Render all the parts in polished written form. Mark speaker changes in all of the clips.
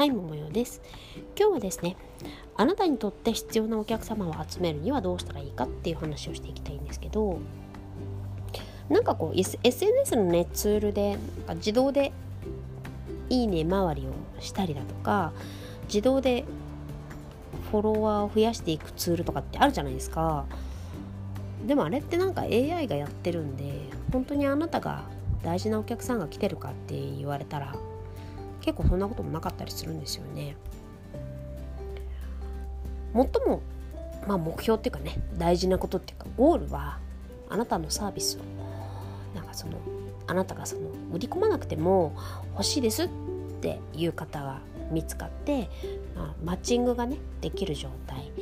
Speaker 1: はい、桃代です。今日はですね、あなたにとって必要なお客様を集めるにはどうしたらいいかっていう話をしていきたいんですけど、なんかこう SNS のねツールで自動でいいね回りをしたりだとか、自動でフォロワーを増やしていくツールとかってあるじゃないですか。でもあれってなんか AI がやってるんで、本当にあなたが大事なお客さんが来てるかって言われたら結構そんなこともなかったりするんですよね。最も、目標っていうかね、大事なことっていうかゴールは、あなたのサービスをあなたが売り込まなくても欲しいですっていう方が見つかって、マッチングがねできる状態、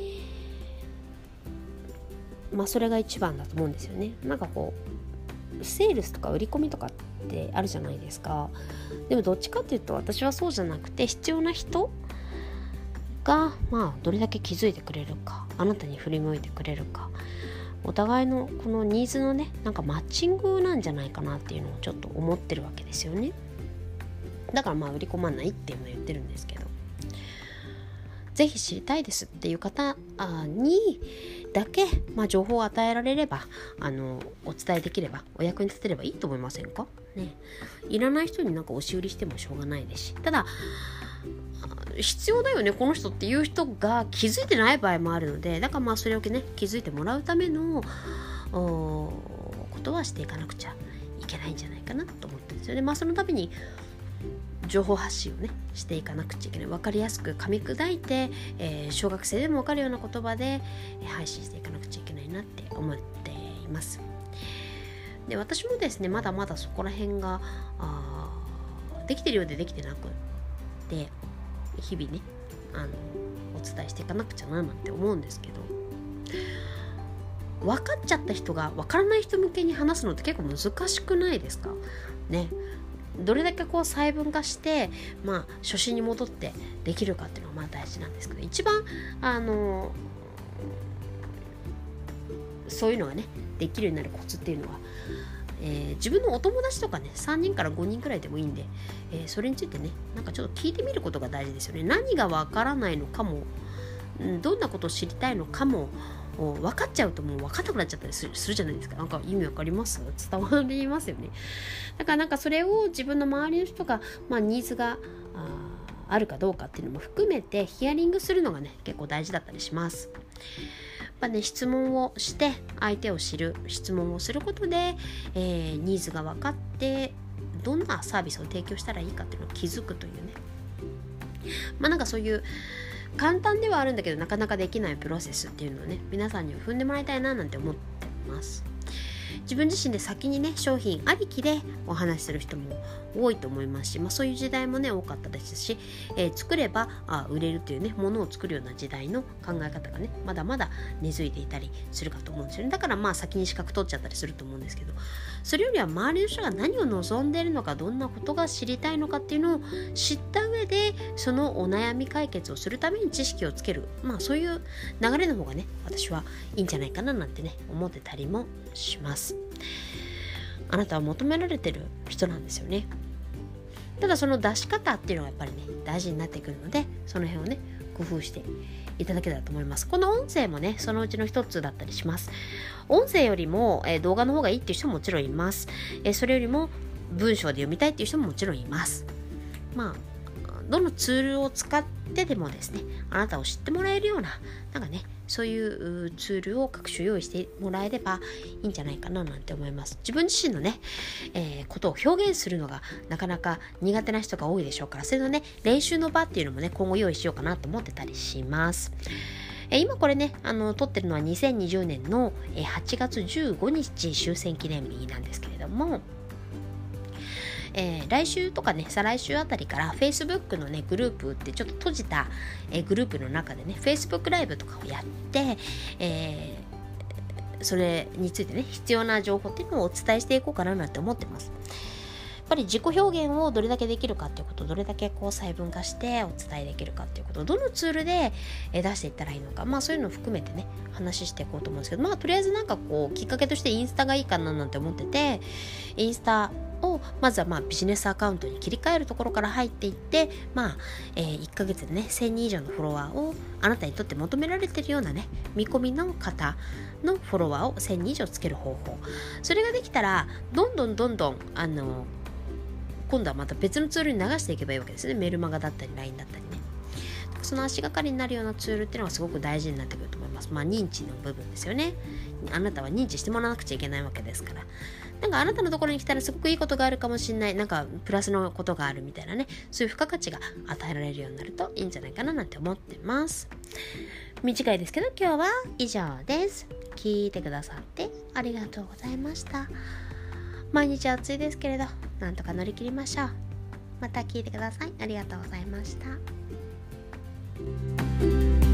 Speaker 1: それが一番だと思うんですよね。なんかこうセールスとか売り込みとかってあるじゃないですか。でもどっちかっていうと私はそうじゃなくて、必要な人がどれだけ気づいてくれるか、あなたに振り向いてくれるか、お互いのこのニーズのねマッチングなんじゃないかなっていうのをちょっと思ってるわけですよね。だから売り込まないっていうのを言ってるんですけど、ぜひ知りたいですっていう方にだけ、情報を与えられれば、お伝えできれば、お役に立てればいいと思いませんかね。いらない人に押し売りしてもしょうがないですし、ただ必要だよねこの人っていう人が気づいてない場合もあるので、だからそれをね気づいてもらうためのことはしていかなくちゃいけないんじゃないかなと思ってるんですよね。そのために情報発信をねしていかなくちゃいけない。分かりやすく噛み砕いて、小学生でも分かるような言葉で配信していかなくちゃいけないなって思っています。で、私もですねまだまだそこら辺ができてるようでできてなくて、日々ねお伝えしていかなくちゃななんて思うんですけど、分かっちゃった人が分からない人向けに話すのって結構難しくないですかね。どれだけ細分化して初心に戻ってできるかっていうのが大事なんですけど、一番そういうのがねできるようになるコツっていうのは、自分のお友達とかね3人から5人くらいでもいいんで、それについてねちょっと聞いてみることが大事ですよね。何がわからないのかも、どんなことを知りたいのかも分かっちゃうともう分かんなくなっちゃったりするじゃないですか。意味わかります？伝わりますよね。だからそれを自分の周りの人が、ニーズがあるかどうかっていうのも含めてヒアリングするのがね結構大事だったりします。質問をして相手を知る、質問をすることで、ニーズが分かってどんなサービスを提供したらいいかっていうのを気づくというね、そういう簡単ではあるんだけどなかなかできないプロセスっていうのをね皆さんには踏んでもらいたいななんて思ってます。自分自身で先にね商品ありきでお話しする人も多いと思いますし、そういう時代もね多かったですし、作れば売れるというねものを作るような時代の考え方がねまだまだ根付いていたりするかと思うんですよね。だから先に資格取っちゃったりすると思うんですけど、それよりは周りの人が何を望んでいるのか、どんなことが知りたいのかっていうのを知った上で、そのお悩み解決をするために知識をつける、そういう流れの方がね私はいいんじゃないかななんてね思ってたりもします。あなたは求められてる人なんですよね。ただその出し方っていうのがやっぱりね大事になってくるので、その辺をね工夫していただけたらと思います。この音声もねそのうちの一つだったりします。音声よりも、動画の方がいいっていう人ももちろんいます。それよりも文章で読みたいっていう人ももちろんいます。どのツールを使ってでもですねあなたを知ってもらえるようなそういうツールを各種用意してもらえればいいんじゃないかななんて思います。自分自身のね、ことを表現するのがなかなか苦手な人が多いでしょうから、それのね練習の場っていうのもね今後用意しようかなと思ってたりします。今これね撮ってるのは2020年の8月15日終戦記念日なんですけれども、来週とかね再来週あたりから Facebook のねグループってちょっと閉じた、グループの中でね Facebook ライブとかをやって、それについてね必要な情報っていうのをお伝えしていこうかななんて思ってます。やっぱり自己表現をどれだけできるかっていうこと、どれだけ細分化してお伝えできるかっていうことをどのツールで出していったらいいのか、そういうのを含めてね話していこうと思うんですけど、とりあえずきっかけとしてインスタがいいかななんて思ってて、インスタををまずはビジネスアカウントに切り替えるところから入っていって、1ヶ月でね1000人以上のフォロワーをあなたにとって求められているようなね見込みの方のフォロワーを1000人以上つける方法、それができたらどんどん今度はまた別のツールに流していけばいいわけですね。メルマガだったり LINE だったりね。その足がかりになるようなツールっていうのがすごく大事になってくると思います。認知の部分ですよね。あなたは認知してもらわなくちゃいけないわけですから、あなたのところに来たらすごくいいことがあるかもしれない、プラスのことがあるみたいなね、そういう付加価値が与えられるようになるといいんじゃないかななんて思ってます。短いですけど今日は以上です。聞いてくださってありがとうございました。毎日暑いですけれどなんとか乗り切りましょう。また聞いてください。ありがとうございました。